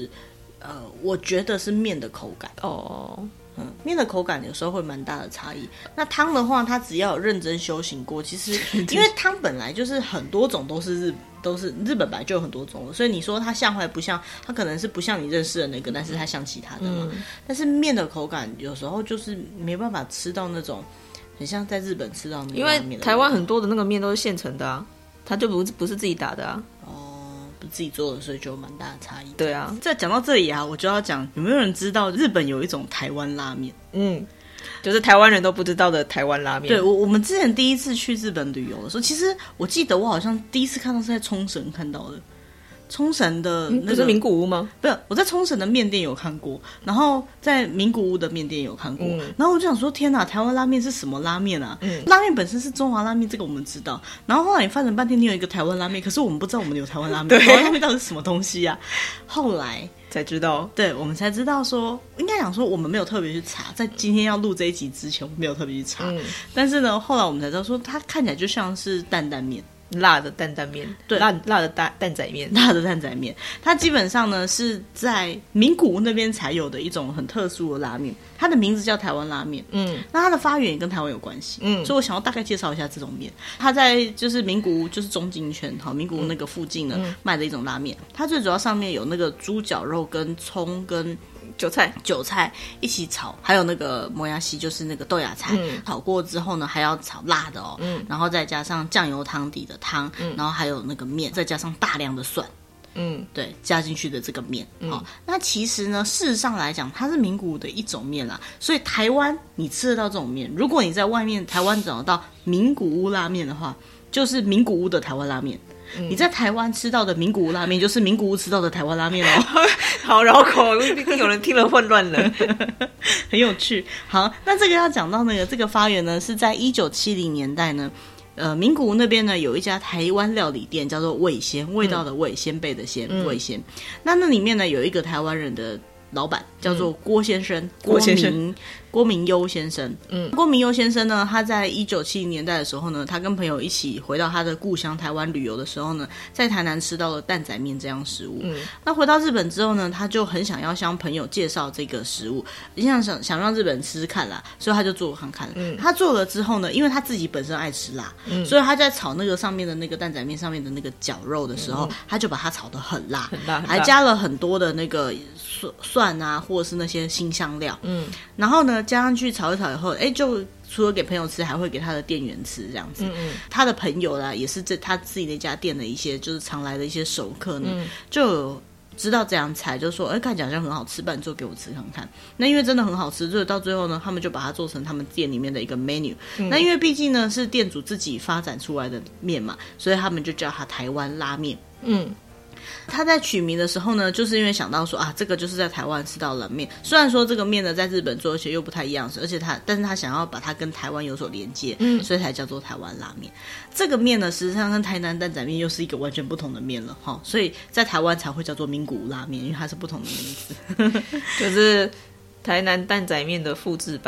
我觉得是面的口感。面的口感有时候会蛮大的差异。那汤的话，它只要有认真修行过，其实因为汤本来就是很多种都是日本本来就有很多种了，所以你说它像还不像，它可能是不像你认识的那个，但是它像其他的嘛。但是面的口感有时候就是没办法吃到那种很像在日本吃到那个拉面的， 因为台湾很多的那个面都是现成的啊，它就不是自己打的啊。 不自己做的，所以就有蛮大的差异。 对啊， 在讲到这里啊，我就要讲，有没有人知道日本有一种台湾拉面？ 就是台湾人都不知道的台湾拉面。 对，我们之前第一次去日本旅游的时候，其实我记得我好像第一次看到是在冲绳看到的。冲绳的那个不是名古屋吗？ 不是，我在冲绳的面店有看过，然后在名古屋的面店有看过，然后我就想说，天哪，台湾拉面是什么拉面啊？拉面本身是中华拉面，这个我们知道。然后后来你翻了半天，你有一个台湾拉面，可是我们不知道我们有台湾拉面，台湾拉面到底是什么东西啊？后来才知道， 对，我们才知道说，应该讲说我们没有特别去查，在今天要录这一集之前，我们没有特别去查。但是呢，后来我们才知道说，它看起来就像是担担面。 辣的担担面，对，辣的蛋仔面， 辣的蛋仔面，它基本上呢是在名古屋那边才有的一种很特殊的拉面，它的名字叫台湾拉面。那它的发源也跟台湾有关系。所以我想要大概介绍一下这种面。它在就是名古屋，就是中京圈，名古屋那个附近呢卖的一种拉面。它最主要上面有那个猪脚肉跟葱跟韭菜一起炒，还有那个摩牙西，就是那个豆芽菜，炒过之后呢，还要炒辣的哦，然后再加上酱油汤底的汤，然后还有那个面，再加上大量的蒜，对，加进去的这个面。那其实呢，事实上来讲，它是名古屋的一种面啦，所以台湾你吃得到这种面，如果你在外面台湾找得到名古屋拉面的话，就是名古屋的台湾拉面。你在台湾吃到的名古屋拉面，就是名古屋吃到的台湾拉面哦。 好绕口，毕竟有人听了混乱了， 很有趣。好，那这个要讲到这个发源呢，是在1970年代呢。名古屋那边呢有一家台湾料理店，叫做味鲜，味道的味，鲜贝的鲜，味鲜。那里面呢有一个台湾人的老板，叫做郭先生，郭明优先生。郭明优先生呢，他在1970年代的时候呢，他跟朋友一起回到他的故乡台湾旅游的时候呢，在台南吃到了担仔面这样食物。那回到日本之后呢，他就很想要向朋友介绍这个食物，想让日本人吃吃看啦，所以他就做看看。他做了之后呢，因为他自己本身爱吃辣，所以他在炒那个上面的那个担仔面上面的那个绞肉的时候，他就把它炒得很辣，还加了很多的那个蒜啊，或者是那些辛香料。然后呢加上去炒一炒以后，就除了给朋友吃，还会给他的店员吃这样子。他的朋友啦，也是他自己那家店的一些就是常来的一些熟客呢，就有知道这样菜，就说看起来好像很好吃，不然你做给我吃看看。那因为真的很好吃，所以到最后呢，他们就把它做成他们店里面的一个 menu。那因为毕竟呢是店主自己发展出来的面嘛，所以他们就叫它台湾拉面。他在取名的时候呢，就是因为想到说这个就是在台湾吃到冷面，虽然说这个面呢在日本做，而且又不太一样，但是他想要把它跟台湾有所连接，所以才叫做台湾拉面。这个面呢，实际上跟台南担仔面又是一个完全不同的面了哈，所以在台湾才会叫做名古屋拉面，因为它是不同的名字， 就是台南担仔面的复制版。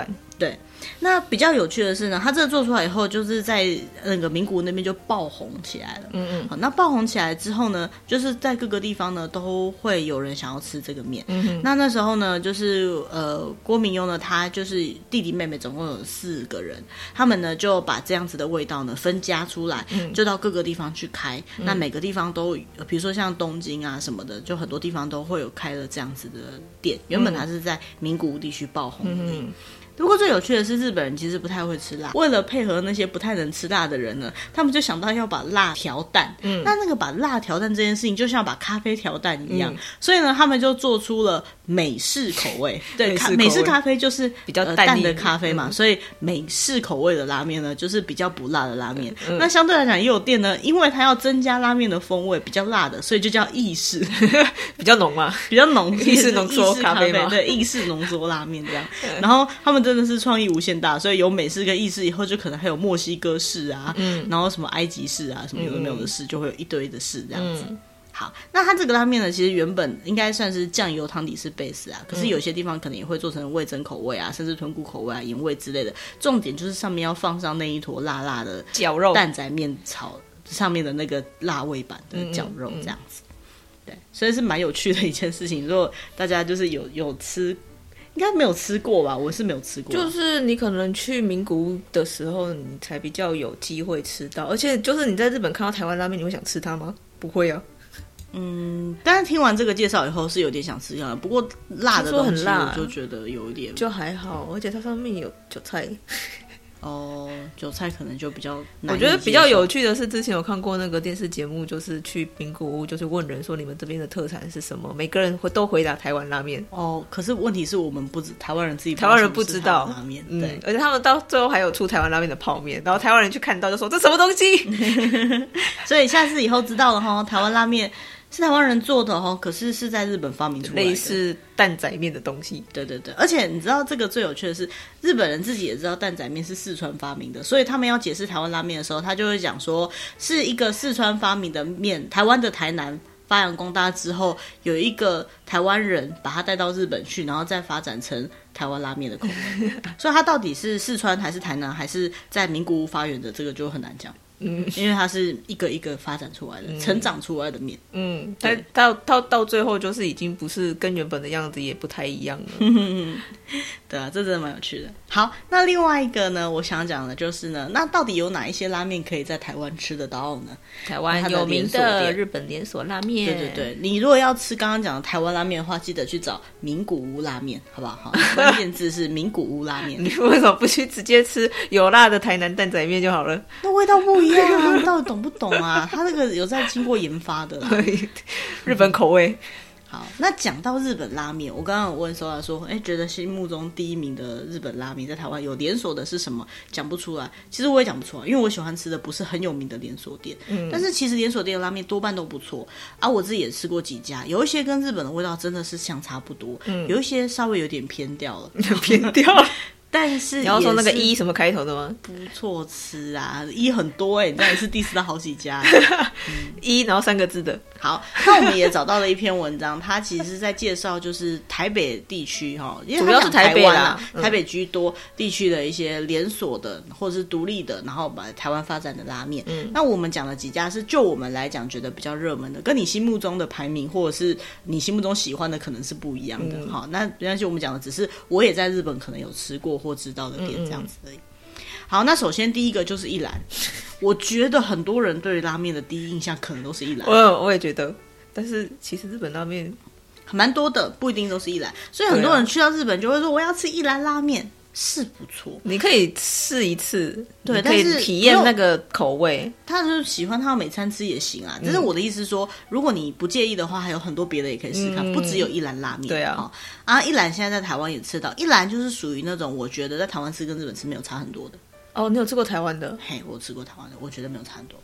对，那比较有趣的是呢，它这个做出来以后，就是在那个名古屋那边就爆红起来了。好，那爆红起来之后呢，就是在各个地方呢都会有人想要吃这个面。那时候呢，就是郭明优呢，他就是弟弟妹妹总共有4个人，他们呢就把这样子的味道呢分家出来，就到各个地方去开。那每个地方都，比如说像东京啊什么的，就很多地方都会有开了这样子的店。原本它是在名古屋地区爆红的。不过最有趣的是，日本人其实不太会吃辣。为了配合那些不太能吃辣的人呢，他们就想到要把辣调淡。那个把辣调淡这件事情，就像把咖啡调淡一样。所以呢，他们就做出了美式口味。对，美式咖啡就是比较淡的咖啡嘛，所以美式口味的拉面呢，就是比较不辣的拉面。那相对来讲，也有店呢，因为它要增加拉面的风味，比较辣的，所以就叫意式， 比较浓嘛， 比较浓， 意式浓缩咖啡嘛， 对，意式浓缩拉面这样。然后他们真的是创意无限大，所以有美式跟意式以后，就可能还有墨西哥式啊，然后什么埃及式啊，什么有的没有的式，就会有一堆的式这样子。好，那它这个拉面呢，其实原本应该算是酱油汤底是 base 啊，可是有些地方可能也会做成味噌口味啊，甚至豚骨口味啊、盐味之类的。重点就是上面要放上那一坨辣辣的绞肉蛋仔面炒上面的那个辣味版的绞肉这样子。对，所以是蛮有趣的一件事情。如果大家就是有吃，应该没有吃过吧？我是没有吃过。 就是你可能去名古屋的时候，你才比较有机会吃到。而且就是你在日本看到台湾拉面，你会想吃它吗？不会啊。 但是听完这个介绍以后是有点想吃它，不过辣的东西我就觉得有一点就还好，而且它上面有韭菜。 韭菜可能就比较难。 我觉得比较有趣的是，之前有看过那个电视节目，就是去名古屋，就是问人说你们这边的特产是什么，每个人都回答台湾拉面。 可是问题是我们台湾人自己台湾人不知道拉面，对， 而且他们到最后还有出台湾拉面的泡面，然后台湾人去看到就说这什么东西。 所以下次以后知道了哈，台湾拉面是台湾人做的哦，可是是在日本发明出来的， 类似蛋仔面的东西。 对对对，而且你知道这个最有趣的是，日本人自己也知道蛋仔面是四川发明的，所以他们要解释台湾拉面的时候，他就会讲说是一个四川发明的面，台湾的台南发扬光大之后，有一个台湾人把它带到日本去，然后再发展成台湾拉面的口味。所以它到底是四川还是台南还是在名古屋发源的，这个就很难讲。因为它是一个一个发展出来的、成长出来的面。 但到最后就是已经不是跟原本的样子也不太一样了。 对啊，这真的蛮有趣的。好，那另外一个呢，我想讲的就是呢，那到底有哪一些拉面可以在台湾吃得到呢？ 台湾有名的日本连锁拉面。 对对对，你如果要吃刚刚讲的台湾拉面的话，记得去找名古屋拉面，好不好？关键字是名古屋拉面。 你为什么不去直接吃有辣的台南蛋仔面就好了？ 那味道不一样啊，你到底懂不懂啊？它那个有在经过研发的啦。 日本口味。 好，那讲到日本拉面，我刚刚有问Sola说，觉得心目中第一名的日本拉面在台湾有连锁的是什么？讲不出来。其实我也讲不出来，因为我喜欢吃的不是很有名的连锁店。但是其实连锁店的拉面多半都不错啊。我自己也吃过几家，有一些跟日本的味道真的是相差不多，有一些稍微有点偏掉了， 偏掉了。 但是你要说那个一什么开头的吗？ 不错吃啊，一很多你这样也是第4到好几家。 一然后3个字的。 好，那我们也找到了一篇文章，它其实是在介绍就是台北地区因为主要是台北啦， 台北居多地区的一些连锁的或者是独立的，然后把台湾发展的拉面。那我们讲了几家是就我们来讲觉得比较热门的，跟你心目中的排名或者是你心目中喜欢的可能是不一样的。好，那没关系，我们讲的只是我也在日本可能有吃过或知道的店这样子而已。好，那首先第一个就是一兰，我觉得很多人对拉面的第一印象可能都是一兰。 我也觉得，但是其实日本拉面蛮多的，不一定都是一兰，所以很多人去到日本就会说我要吃一兰拉面。是不错， 你可以试一次， 对， 可以体验那个口味。 他就喜欢他每餐吃也行啊。但是我的意思是说，如果你不介意的话，还有很多别的也可以试看，不只有一兰拉面。 对啊， 一兰现在在台湾也吃到，一兰就是属于那种我觉得在台湾吃跟日本吃没有差很多的。 哦，你有吃过台湾的？ 嘿，我吃过台湾的，我觉得没有差很多。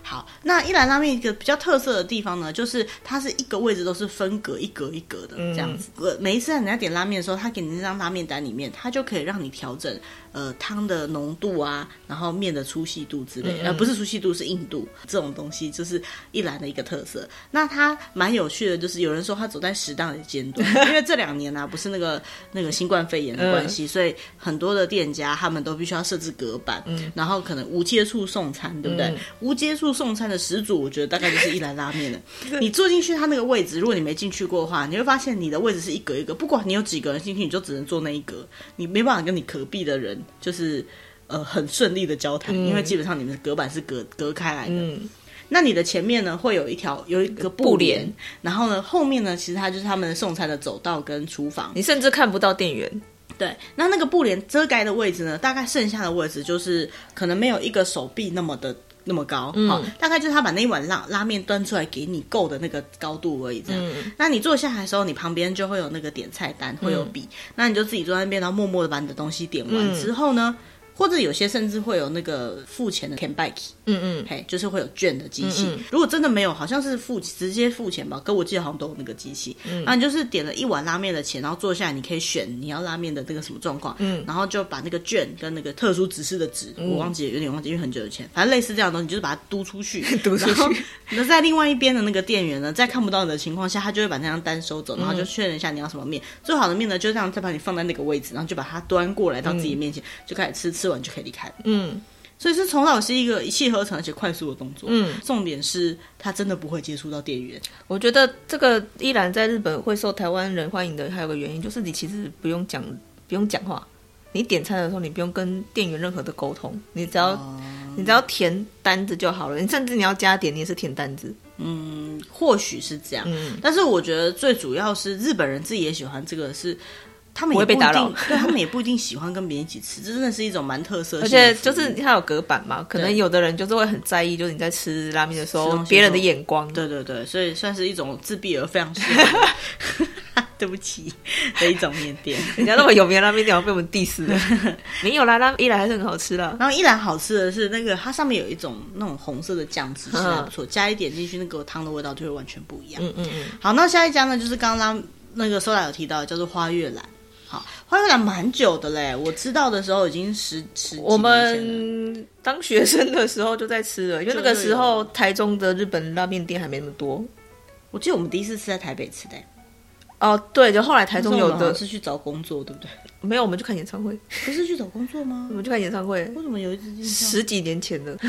好，那一兰拉面一个比较特色的地方呢，就是它是一个位置都是分隔一格一格的这样子。每一次你在点拉面的时候，他给你那张拉面单里面，他就可以让你调整汤的浓度啊，然后面的粗细度之类，不是粗细度是硬度，这种东西就是一兰的一个特色。那它蛮有趣的，就是有人说它走在时代的尖端，因为这2年啊不是那个新冠肺炎的关系，所以很多的店家他们都必须要设置隔板，然后可能无接触送餐，对不对？无接触送餐的始祖，我觉得大概就是一兰拉面了。你坐进去它那个位置，如果你没进去过的话，你会发现你的位置是一格一格，不管你有几个人进去，你就只能坐那一格，你没办法跟你隔壁的人就是很顺利的交谈，因为基本上你们的隔板是隔开来的。那你的前面呢会有一个布帘，然后呢后面呢其实它就是他们的送餐的走道跟厨房， 你甚至看不到店员。 对，那个布帘遮盖的位置呢，大概剩下的位置就是可能没有一个手臂那么高，大概就是他把那一碗拉面端出来给你够的那个高度而已这样。那你坐下来的时候，你旁边就会有那个点菜单，会有笔，那你就自己坐在那边，然后默默的把你的东西点完之后呢，或者有些甚至会有那个付钱的 Kenbaki，就是会有券的机器。如果真的没有，好像是直接付钱吧，可我记得好像都有那个机器。那你就是点了一碗拉面的钱，然后坐下来，你可以选你要拉面的这个什么状况，然后就把那个券跟那个特殊指示的纸，我有点忘记，因为很久以前，反正类似这样的东西，就是把它嘟出去，然后那在另外一边的那个店员呢，在看不到你的情况下，他就会把那张单收走，然后就确认一下你要什么面。最好的面呢，就这样再把你放在那个位置，然后就把它端过来到自己面前，就开始吃完就可以离开了。所以是从小是一个一气呵成而且快速的动作。重点是他真的不会接触到店员。 我觉得这个依然在日本会受台湾人欢迎的，还有个原因就是你其实不用讲话，你点餐的时候你不用跟店员任何的沟通，你只要填单子就好了。你甚至你要加点，你也是填单子。 或许是这样，但是我觉得最主要是日本人自己也喜欢这个是。他们也不一定，对，他们也不一定喜欢跟别人一起吃，这真的是一种蛮特色性的。 而且就是它有隔板嘛，可能有的人就是会很在意，就是你在吃拉面的时候别人的眼光。 对对对，所以算是一种自闭而非常适合对不起的一种面店。 人家那么有名的拉面店被我们 diss 了。没有啦，一兰还是很好吃啦。 然后一兰好吃的是那个它上面有一种那种红色的酱汁，是还不错，加一点进去那个汤的味道就会完全不一样。好，那下一家呢就是刚刚那个Soda有提到的叫做花月兰。花月兰蛮久的嘞，我知道的时候已经十几年前了。 我们当学生的时候就在吃了，因为那个时候台中的日本拉面店还没那么多。 我记得我们第一次吃在台北吃的。 对，就后来台中有的是去找工作，对不对？ 没有，我们去看演唱会。 不是去找工作吗？ 我们去看演唱会。 为什么有一次 10几年前的？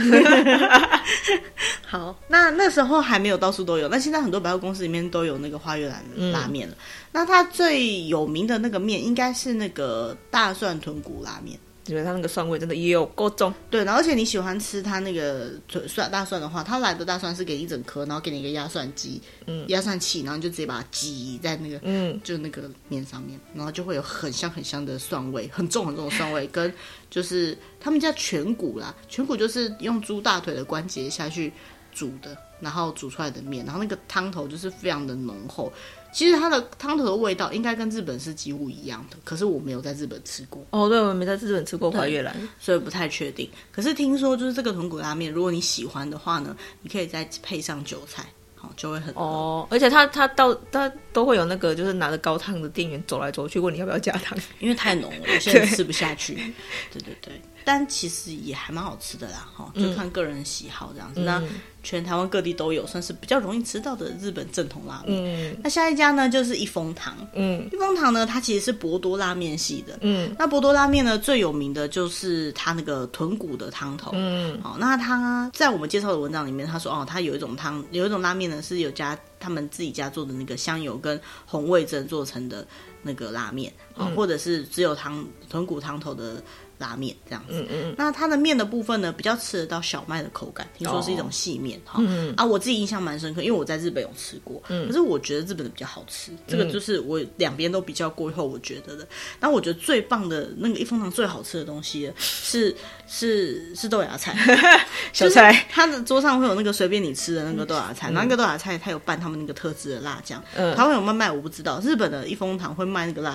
好，那时候还没有到处都有，那现在很多百货公司里面都有那个花月兰的拉面了。那它最有名的那个面应该是那个大蒜豚骨拉面。 觉得它那个蒜味真的也有够重。 对，然后而且你喜欢吃它那个大蒜的话，它来的大蒜是给你一整颗，然后给你一个压蒜机，压蒜器，然后你就直接把它挤在那个，就那个面上面，然后就会有很香很香的蒜味，很重很重的蒜味，跟就是他们叫全骨啦，全骨就是用猪大腿的关节下去煮的，然后煮出来的面，然后那个汤头就是非常的浓厚。其实它的汤头的味道应该跟日本是几乎一样的，可是我没有在日本吃过。 对，我没在日本吃过花月兰， 所以不太确定。可是听说就是这个豚骨拉面，如果你喜欢的话呢，你可以再配上韭菜，就会很而且它都会有那个就是拿着高汤的店员走来走去问你要不要加汤， 因为太浓了，有些人吃不下去。对对对，但其实也还蛮好吃的啦，就看个人喜好这样子。那全台湾各地都有，算是比较容易吃到的日本正统拉面。那下一家呢就是一风堂。一风堂呢，它其实是博多拉面系的。那博多拉面呢最有名的就是它那个豚骨的汤头。那它在我们介绍的文章里面，他说它有一种拉面呢是有加他们自己家做的那个香油跟红味噌做成的那个拉面，或者是只有豚骨汤头的拉面这样子。那它的面的部分呢比较吃得到小麦的口感，听说是一种细面。我自己印象蛮深刻，因为我在日本有吃过，可是我觉得日本的比较好吃。这个就是我两边都比较过以后我觉得的。然后我觉得最棒的那个一风堂最好吃的东西是豆芽菜小菜，它的桌上会有那个随便你吃的那个豆芽菜，然后那个豆芽菜它有拌他们那个特制的辣酱，台湾有卖我不知道，日本的一风堂会卖那个辣酱，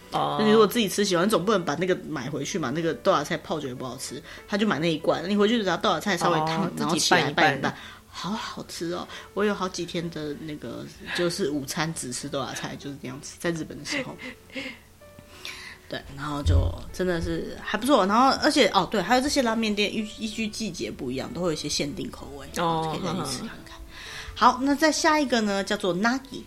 那你如果自己吃喜欢，总不能把那个买回去嘛，那个豆芽菜泡久也不好吃，他就买那一罐，你回去只要豆芽菜稍微烫，然后起来拌一拌，好好吃哦！我有好几天的那个就是午餐只吃豆芽菜，就是这样子，在日本的时候。对，然后就真的是还不错，然后而且对，还有这些拉面店依据季节不一样，都会有一些限定口味，可以再去试看看。好，那再下一个呢，叫做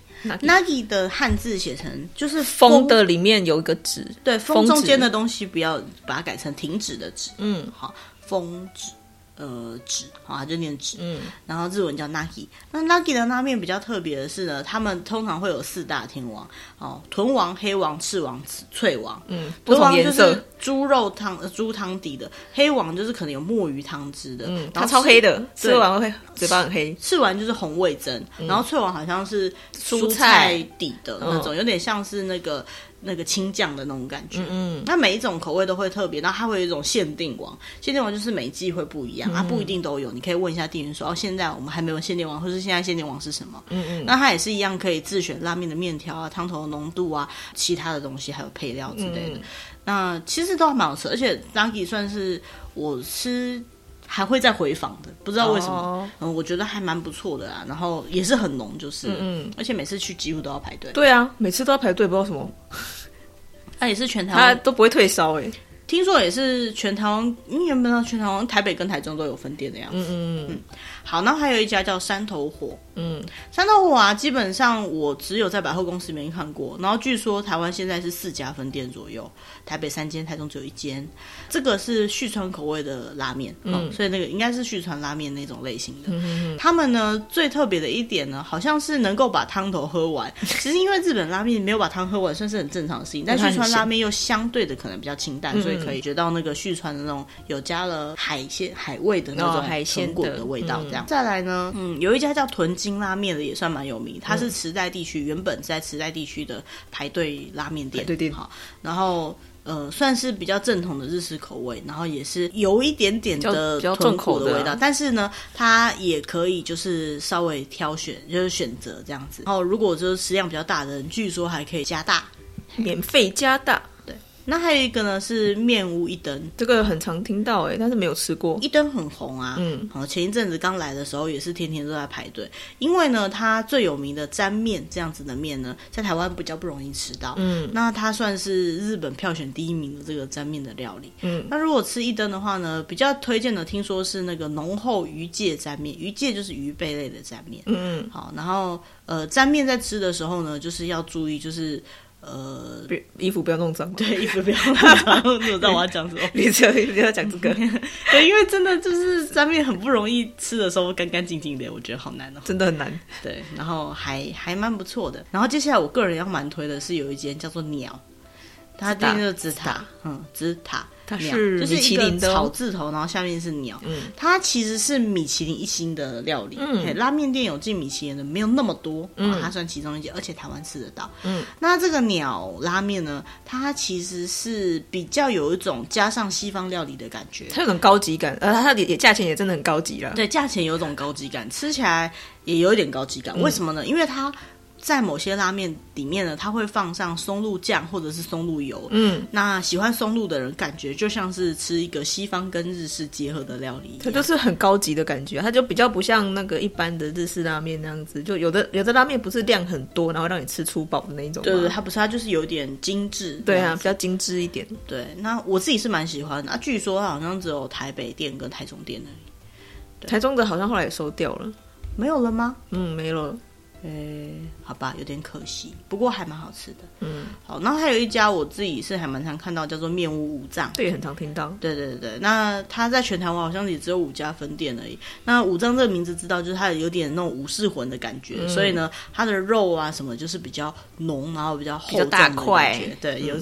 Nagi 的汉字写成就是风的里面有一个止， 对，风中间的东西不要把它改成停止的止，好，风止。纸，好，它就念纸。然后日文叫 Nagi。那 Nagi 的拉面比较特别的是呢，他们通常会有4大天王，豚王、黑王、赤王、脆王。 不同颜色， 猪肉汤、猪汤底的，黑王就是可能有墨鱼汤汁的， 它超黑的，吃完会嘴巴很黑。 吃完就是红味噌，然后脆王好像是蔬菜底的那种，有点像是那个青酱的那种感觉。那每一种口味都会特别，然后它会有一种限定王，限定王就是每季会不一样，不一定都有。你可以问一下店员说，现在我们还没有限定王，或是现在限定王是什么？那它也是一样可以自选拉面的面条啊、汤头的浓度啊、其他的东西，还有配料之类的。那其实都还蛮好吃，而且 Nagi 算是我吃还会再回访的，不知道为什么。我觉得还蛮不错的啦，然后也是很浓，就是而且每次去几乎都要排队。 对啊，每次都要排队，不知道什么。 它也是全台湾， 它都不会退烧哎。 听说也是全台湾，原本全台湾台北跟台中都有分店的样子。好，然后还有一家叫山头火。山头火啊，基本上我只有在百货公司里面看过，然后据说台湾现在是4家分店左右，台北3间，台中只有1间。这个是旭川口味的拉面，所以那个应该是旭川拉面那种类型的。他们呢最特别的一点呢，好像是能够把汤头喝完。其实因为日本拉面没有把汤喝完，算是很正常的事情，但旭川拉面又相对的可能比较清淡，所以可以觉到那个旭川的那种有加了海味的那种海鲜果的味道。这样再来呢，有一家叫屯京拉面的也算蛮有名，它是池袋地区原本在池袋地区的排队拉面店，好，然后算是比较正统的日式口味，然后也是有一点点的豚骨的味道，但是呢，它也可以就是稍微挑选，就是选择这样子。然后如果就是食量比较大的人，据说还可以加大， 免费加大。 那还有一个呢是面屋一灯， 这个很常听到但是没有吃过。 一灯很红啊，前一阵子刚来的时候也是天天都在排队，因为呢它最有名的沾面这样子的面呢，在台湾比较不容易吃到，那它算是日本票选第1名的这个沾面的料理。那如果吃一灯的话呢，比较推荐的听说是那个浓厚鱼介沾面，鱼介就是鱼贝类的沾面。好，然后沾面在吃的时候呢，就是要注意就是衣服不要弄脏。 对，衣服不要弄脏。你知道我要讲什么？ 你要讲这个。 对，因为真的就是沾面很不容易吃的时候干干净净的，我觉得好难哦， 真的很难。 对，然后还蛮不错的。然后接下来我个人要蛮推的是有一间叫做鸟，它店叫紫塔，紫塔。 它是就是米其林的草字头，然后下面是鸟。它其实是米其林1星的料理。拉面店有进米其林的没有那么多，它算其中一间，而且台湾吃得到。那这个鸟拉面呢，它其实是比较有一种加上西方料理的感觉， 它有种高级感，它的价钱也真的很高级啦。 对，价钱有种高级感，吃起来也有一点高级感。为什么呢？因为它在某些拉面里面呢，它会放上松露酱或者是松露油。那喜欢松露的人，感觉就像是吃一个西方跟日式结合的料理一样， 它就是很高级的感觉，它就比较不像那个一般的日式拉面那样子，就有的拉面不是量很多，然后让你吃粗饱的那一种。 对，它不是，它就是有点精致。 对啊，比较精致一点。 对，那我自己是蛮喜欢的。据说它好像只有台北店跟台中店而已。 台中的好像后来也收掉了。 没有了吗？ 没了。 好吧，有点可惜，不过还蛮好吃的。好，然后还有一家我自己是还蛮常看到，叫做面屋五藏， 这也很常听到。 对，那它在全台湾好像也只有5家分店而已。那五藏这个名字知道，就是它有点那种武士魂的感觉，所以呢，它的肉啊什么就是比较浓，然后比较厚重的感觉，对，有一种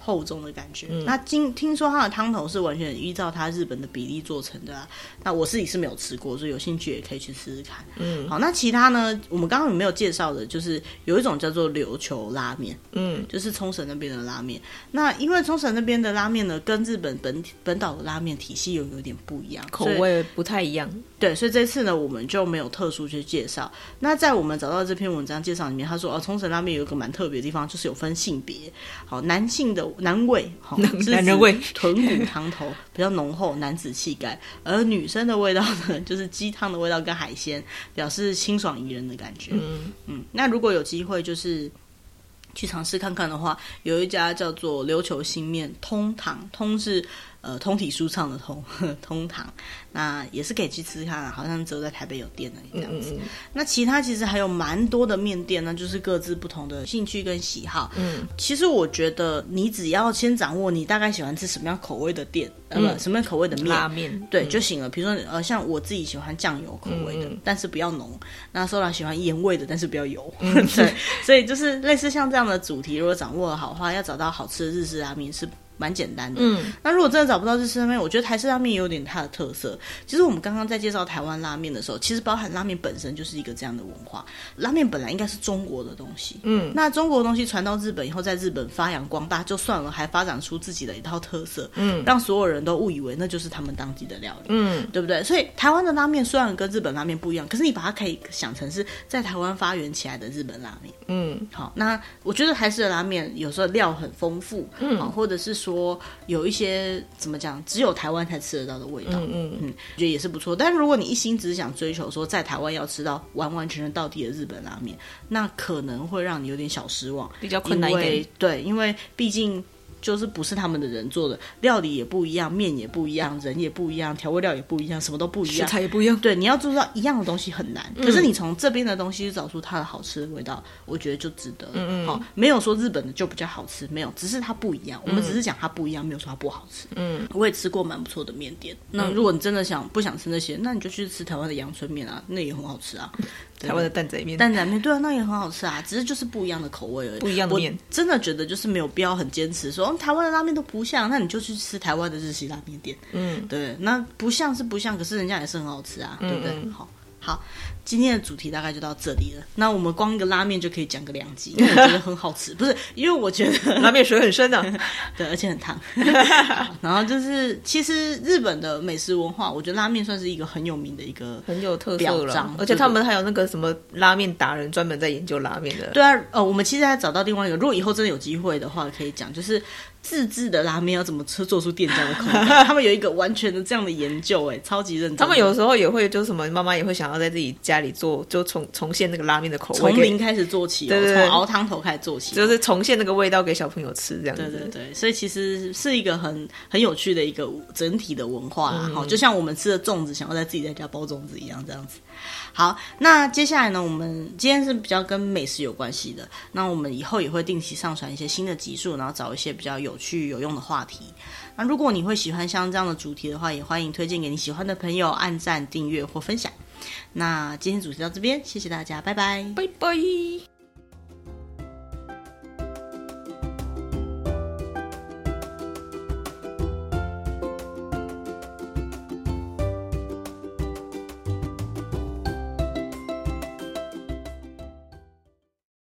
厚重的感觉。那听说它的汤头是完全依照它日本的比例做成的啊。那我自己是没有吃过，所以有兴趣也可以去试试看。好，那其他呢？我们刚刚有没有介绍的？就是有一种叫做琉球拉面，就是冲绳那边的拉面。那因为冲绳那边的拉面呢，跟日本本岛的拉面体系有点不一样， 口味不太一样。 对，所以这次呢，我们就没有特殊去介绍。那在我们找到这篇文章介绍里面，他说冲绳拉面有一个蛮特别的地方，就是有分性别。好，男性的男味， 男人味， 豚骨汤头比较浓厚，男子气概；而女生的味道呢，就是鸡汤的味道跟海鲜，表示清爽宜人的感觉。那如果有机会，就是去尝试看看的话，有一家叫做琉球新面通堂，通是通体舒畅的通堂，那也是可以去吃吃看好像只有在台北有店的这样子。那其他其实还有蛮多的面店呢，就是各自不同的兴趣跟喜好。其实我觉得你只要先掌握你大概喜欢吃什么样口味的店，什么样口味的面拉面， 对就行了。比如说像我自己喜欢酱油口味的，但是不要浓。那Sola喜欢盐味的，但是不要油。对，所以就是类似像这样的主题，如果掌握得好的话，要找到好吃的日式拉面是蛮简单的。那如果真的找不到日式拉面，我觉得台式拉面也有点它的特色。其实我们刚刚在介绍台湾拉面的时候，其实包含拉面本身就是一个这样的文化。拉面本来应该是中国的东西，那中国的东西传到日本以后，在日本发扬光大就算了，还发展出自己的一套特色，让所有人都误以为那就是他们当地的料理，对不对？所以台湾的拉面虽然跟日本拉面不一样，可是你把它可以想成是在台湾发源起来的日本拉面。好，那我觉得台式的拉面有时候料很丰富，或者是说有一些怎么讲，只有台湾才吃得到的味道，觉得也是不错。但如果你一心只是想追求说在台湾要吃到完完全全道地的日本拉面，那可能会让你有点小失望， 比较困难一点。 对，因为毕竟就是不是他们的人做的，料理也不一样，面也不一样，人也不一样，调味料也不一样，什么都不一样， 食材也不一样。 对，你要做到一样的东西很难，可是你从这边的东西找出它的好吃的味道，我觉得就值得。没有说日本的就比较好吃，没有，只是它不一样。我们只是讲它不一样，没有说它不好吃。我也吃过蛮不错的面店。那如果你真的不想吃那些，那你就去吃台湾的阳春面啊，那也很好吃啊。 台湾的蛋仔面， 对啊，那也很好吃啊，只是就是不一样的口味而已， 不一样的面。 我真的觉得就是没有必要很坚持说台湾的拉面都不像，那你就去吃台湾的日式拉面店。对，那不像是不像，可是人家也是很好吃啊，对不对？好，今天的主题大概就到这里了。那我们光一个拉面就可以讲个2集，因为我觉得很好吃，不是因为我觉得拉面水很深啊， 对，而且很烫。然后就是其实日本的美食文化，我觉得拉面算是一个很有名的一个很有特色表彰， 而且他们还有那个什么拉面达人，专门在研究拉面的。 对啊，我们其实还找到另外一个，如果以后真的有机会的话，可以讲就是自制的拉面要怎么做出店家的口感，他们有一个完全的这样的研究，超级认真。 他们有时候也会就什么妈妈也会想要在自己家里做，就重现那个拉面的口味， 从零开始做起，从熬汤头开始做起， 就是重现那个味道给小朋友吃这样子。 对，所以其实是一个很有趣的一个整体的文化啦。就像我们吃的粽子想要在自己在家包粽子一样这样子。好，那接下来呢，我们今天是比较跟美食有关系的，那我们以后也会定期上传一些新的集数，然后找一些比较有趣有用的话题。那如果你会喜欢像这样的主题的话，也欢迎推荐给你喜欢的朋友，按赞订阅或分享。那今天主题到这边，谢谢大家，拜拜， 拜拜。